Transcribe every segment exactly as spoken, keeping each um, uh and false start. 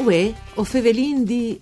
Uè, o fevelin di...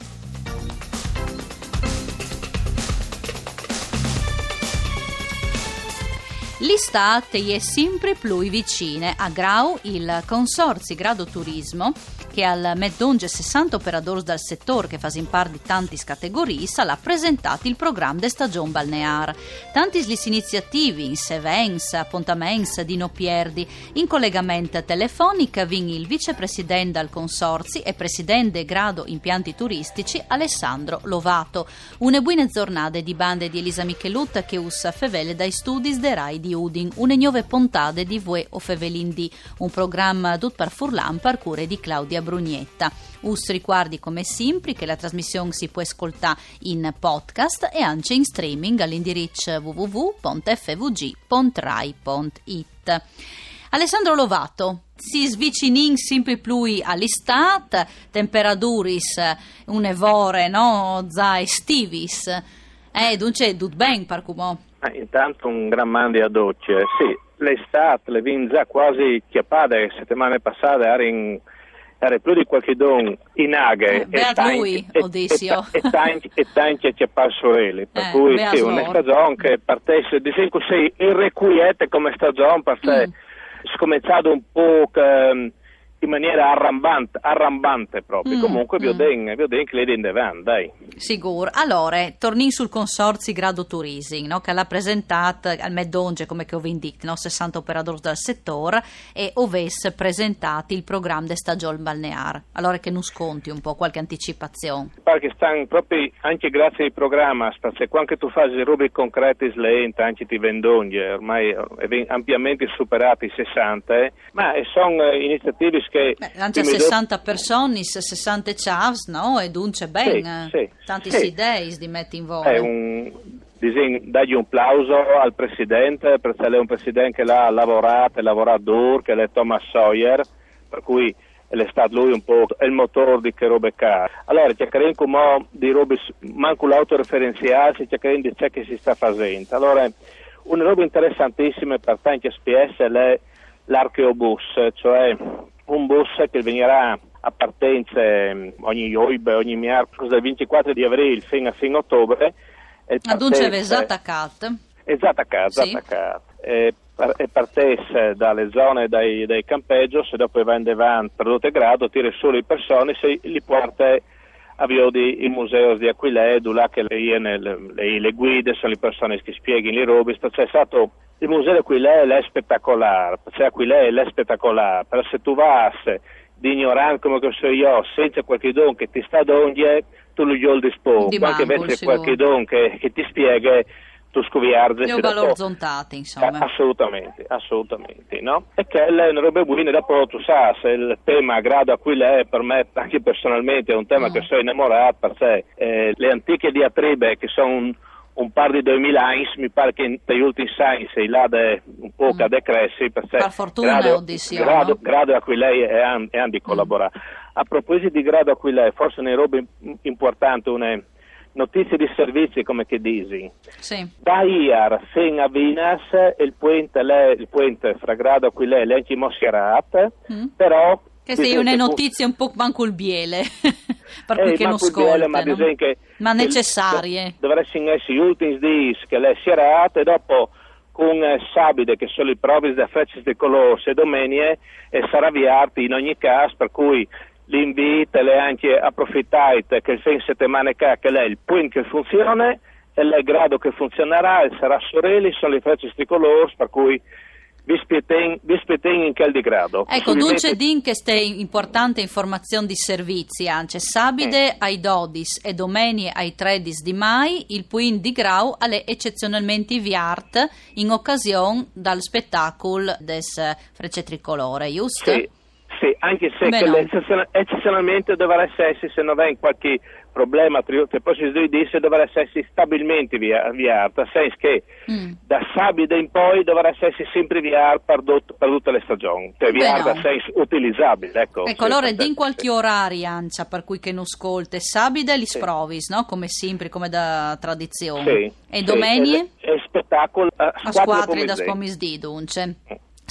L'estate è sempre più vicine a Grau il Consorzi Grado Turismo, che al Meddonge sessanta operatori dal settore che fanno parte di tante categorie l'ha presentato il programma de stagione balneare. Tanti le iniziative, in events, appuntamenti di no pierdi. In collegamento telefonico vin il vicepresidente al Consorzi e presidente Grado Impianti Turistici Alessandro Lovato. Une buone giornate di bande di Elisa Michelut che usa fevele dai studi de Rai di Udin. Une nuove puntate di Vue o Fevelin di, un programma dut per Furlan per cure di Claudia Brugnetta. Us ricordi come sempre che la trasmissione si può ascoltare in podcast e anche in streaming all'indirizzo w w w punto f v g punto rai punto i t. Alessandro Lovato, si svicinin sempre più all'estate, temperaturis un'evore, no, za estivis. Eh, dunque, tut ben, par comò. Ah, intanto un gran mandi a docce. Sì, l'estate, le vin già quasi chiappate, settimane passate era in... era più di qualche don in aghe eh, beat e lui, Odissio. E tanti e tanti che passorelli, per eh, cui sì, una stagione che partesse, diciamo così, irrequiete come stagione, perché mm. è cominciato un po' che, in maniera arrambante, arrambante proprio. Mm. Comunque vi ho mm. detto che le dende van, dai. Sicuro. Allora, torni sul Consorzi Grado Tourism, no? Che l'ha presentata al Meddonge, come che ho vinto, no? sessanta operatori del settore, e ovesse presentati il programma de stagione balneare. Allora che non sconti un po' qualche anticipazione. Perché stanno proprio, anche grazie al programma, perché quando tu fai robe concrete lente, anche ti vendoglie, ormai ampiamente superati i sessanta, eh? Ma sono iniziative che... Beh, anche sessanta do... persone, sessanta chavs, no? E dunque ben... Sì, sì. Tanti sì. idee di metti in voga. È un disegno, dagli un plauso al presidente, perché lei è un presidente che l'ha lavorato, ha lavorato duro, che è Thomas Sawyer, per cui è stato lui un po' il motore di che robe ca. Allora cercheremo come di robe, manco l'autoreferenziale, cercheremo di ciò che si sta facendo. Allora una roba interessantissima per tanti S P S è l'archeobus, cioè un bus che venirà a partenze ogni oibe, ogni miarco dal ventiquattro di aprile fino a fine ottobre. Ad un c'è esatto a Cat. Esatto a Cat, sì. esatto a Cat. E, e partesse dalle zone dei, dei campeggi, se dopo va in avanti per tutte grado, tira solo le persone, se li porta a Viodi il museo di Aquilè, là che le, le, le guide sono le persone che spiegano le robe, c'è stato il museo di Aquilè è spettacolare, c'è Aquilè è spettacolare, però se tu vai di ignorare come che so io, senza qualche don che ti sta d'ogni, tu lo gli dispongo, anche invece qualche don che, che ti spiega, tu scoviarze. Io valore orizzontati, insomma. Assolutamente, assolutamente, no? E che è una roba buona, dopo tu sai, se il tema grado a cui lei, per me, anche personalmente, è un tema mm. che sono innamorato, perché eh, le antiche diatribe, che sono un, un par di duemila anni, mi pare che negli ultimi anni sei là de, un po' mm. che decressi, perché per fortuna grado, Odissio, grado, no? grado a cui lei è anche di collaborare. Mm. A proposito di grado a cui lei, forse una roba importante, una notizie di servizi, come che dici. Sì. Da Iar fino a Vinas il puente, il puente fra grado a cui lei è anche moschierat, mm. però... Che sei una notizia un po' manco il biele, per cui eh, che non scolta, ma, no? che ma necessarie. Dovrebbero essere gli ultimi giorni che lei si era e dopo con eh, sabide che sono i provi da frecce di colore e domenie e sarà avviati in ogni caso, per cui l'invito è anche approfittate che il fin settimane ca che lei il punto che funziona e lei grado che funzionerà e sarà sorelli sono le frecce di colore, per cui vi spieten in quel di grado. Ecco, dunque din che ste importante informazione di servizi, anche sabide eh. ai dodis e domeni ai tredis di mai, il puin di grau alle eccezionalmente viart in occasione dal spettacolo des frecce tricolore, giusto? Sì, sì, anche se che le, eccezionalmente dovrà essere, se non va in qualche problema, che poi si dice dovrà essere stabilmente via, viata, nel senso che mm. da sabide in poi dovrà essere sempre via per, dot, per tutte le stagioni, cioè via da senso utilizzabile. Ecco, ecco sì, allora di in qualche sì. orario, Ancia, per cui che non ascolte, sabide li sì. sprovis, no? Come sempre, come da tradizione. Sì, e sì. domenie? E spettacolo a squadre da spomisdì, dunque.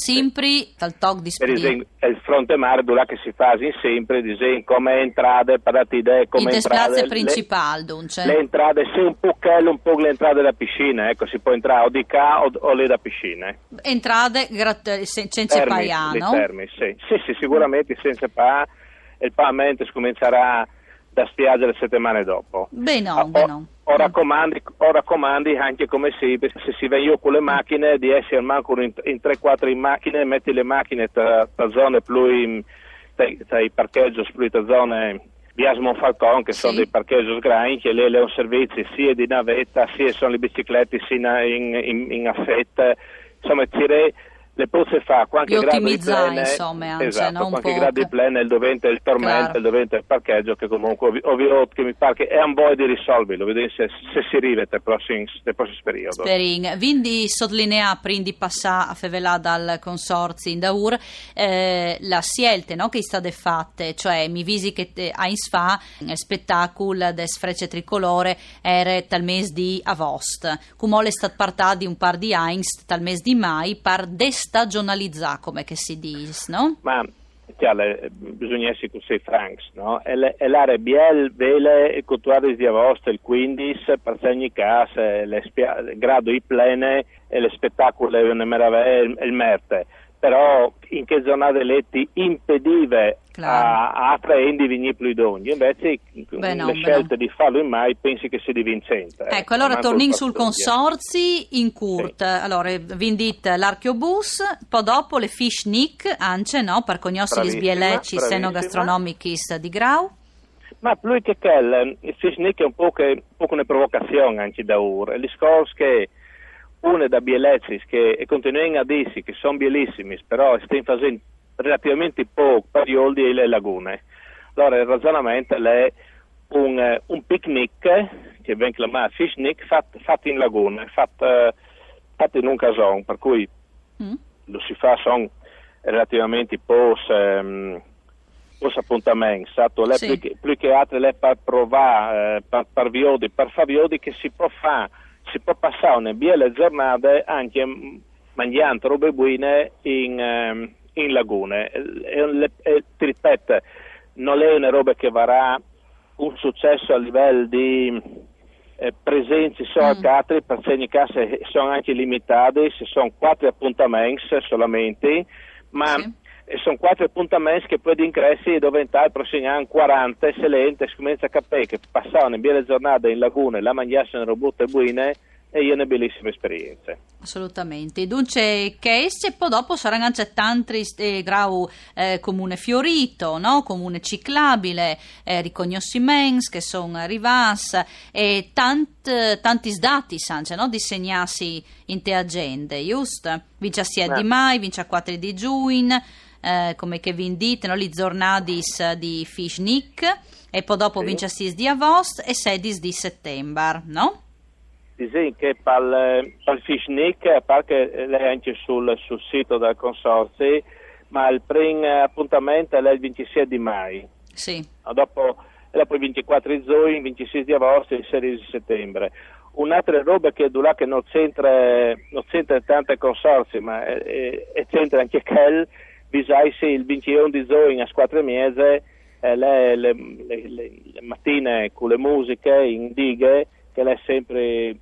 sempre dal tog di Per esempio, il fronte mare dove che si fa in sempre, disegno come entrate, partite, come il entrate. Il principale, dunque. Le entrate, se un po' che un po' le entrate della piscina, ecco, si può entrare o di qua o, o lì da piscina. Entrate grat- senza paiano? Termi, sì. sì, sì, sicuramente senza pa, il pagamento comincerà da spiaggia le settimane dopo. Beh no, o, beh no. O raccomandi, o raccomandi anche come si, se si va io con le macchine, di essere manco in, in tre quattro in macchine, metti le macchine tra, tra zone più, tra i parcheggi più tra zone via Monfalcone, che sì. sono dei parcheggi grandi, che lì le un servizi sia di navetta, sia sono le biciclette, sia in, in, in affetta, insomma, tire le pozze fa qualche grado di plene, insomma, anche, esatto, no, qualche grado di plene, il dovente il tormento, claro. il dovente il parcheggio, che comunque ovvio, ovvio che mi pare che è un po' di risolverlo, vedete se, se si arriva nel prossimo, prossimo periodo. Sperin, quindi sottolinea prima di passare a fevelà dal consorzio in Daur eh, la scelte, no, che state fatte, cioè mi visi che Heinz fa il spettacolo des Frecce Tricolore era tal mese di agosto, come è stato parlato di un par di Heinz tal mese di mai par des stagionalizzare, come che si dice, no? Ma chiaro, bisogna essere con sei francs, no? E l'area biel, vele, culturali di agosto, il quindici, per ogni caso, le spia- grado i plene e le spettacoli, le meraviglie, il merte. Però in che giornate letti impedive claro. a, a attraenti venire più idonei, invece beh no, le scelte no. di farlo in mai pensi che sia di vincente. Ecco, eh, allora torniamo sul consorzi in Curt, sì. Allora vendite l'archeobus, poi dopo le fishnik, anche no, per conoscere gli sbielecci senogastronomici di Grau. Ma più che quel, il fishnik è un po' che un po' una provocazione anche da ora, il discorso che una da Bielezis che continuano a dirsi che sono bellissimi, però stanno facendo relativamente poco per gli oldi e le lagune. Allora il ragionamento è un, un picnic, che viene chiamato fishnik, fatto, fatto in laguna, fatto, fatto in un casone, per cui mm. lo si fa sono relativamente pochi um, appuntamenti. Sì. Più, che, più che altro è per provare, eh, per, per viodi, per fare viodi che si può fare. Si può passare una belle giornate anche mangiando robe buone in, um, in lagune. E, e, ti ripeto, non è una roba che varrà un successo a livello di eh, presenze solo mm. altri, per ogni caso sono anche limitati, se sono quattro appuntamenti solamente, ma sì. sono quattro appuntamenti che poi incressi diventare il prossimo anno quaranta, eccellente, si comincia a capire che passare una bella giornata in lagune, la mangiassero robuste buone e io ne bellissime esperienze. Assolutamente. Dunque, che e poi dopo saranno anche tanti eh, grau eh, comune fiorito, no? Comune ciclabile, eh, riconoscimenti che sono arrivati e tant, tanti dati anche, no? Disegnati in te agende, giusto? Vince a sei di mai, vince a quattro di giugno, eh, come che vi indite, no? Li giornadis di Fishnik e poi dopo sì. vince a sei di agosto e sei di settembre, no? Disegno che per il Fishnik, a parte che lei è anche sul, sul sito del consorzio, ma il primo appuntamento è il ventisei di mai. Sì. Dopo, dopo il ventiquattro di giugno, il ventisei di agosto e il sei di settembre. Un'altra roba che è che non c'entra, non c'entra tanto il consorzio, ma è, è, è c'entra anche quel, bisogna il ventuno di giugno a quattro mesi, eh, le, le, le, le, le mattine con le musiche in dighe, che è sempre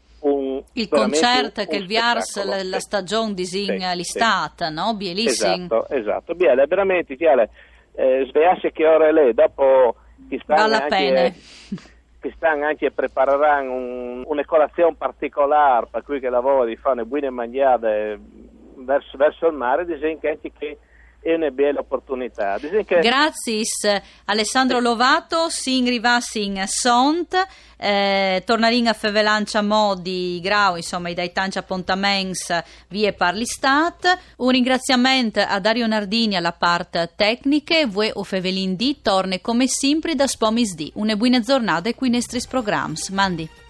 un il concerto un, che il Viars la, la stagione disegna sì, listata, sì. no? Bielissimo. Esatto, esatto. Biele, veramente, chiaro, eh, svegliarsi che ore è lei, dopo ti stanno anche, ti stanno anche prepareranno un, una colazione particolare, per cui che lavoro di fare buone mangiate verso, verso il mare, disegna anche che è una bella opportunità. Che... Grazie Alessandro Lovato, sin rivassin sont, eh, tornarin a Fevelancia Modi Grau, insomma i dai tanti appuntamenti vie per l'Istat. Un ringraziamento a Dario Nardini alla parte tecniche, voi o Fevelin D torne come sempre da Spomis D. Una buona giornata e qui nei nostri programmi. Mandi.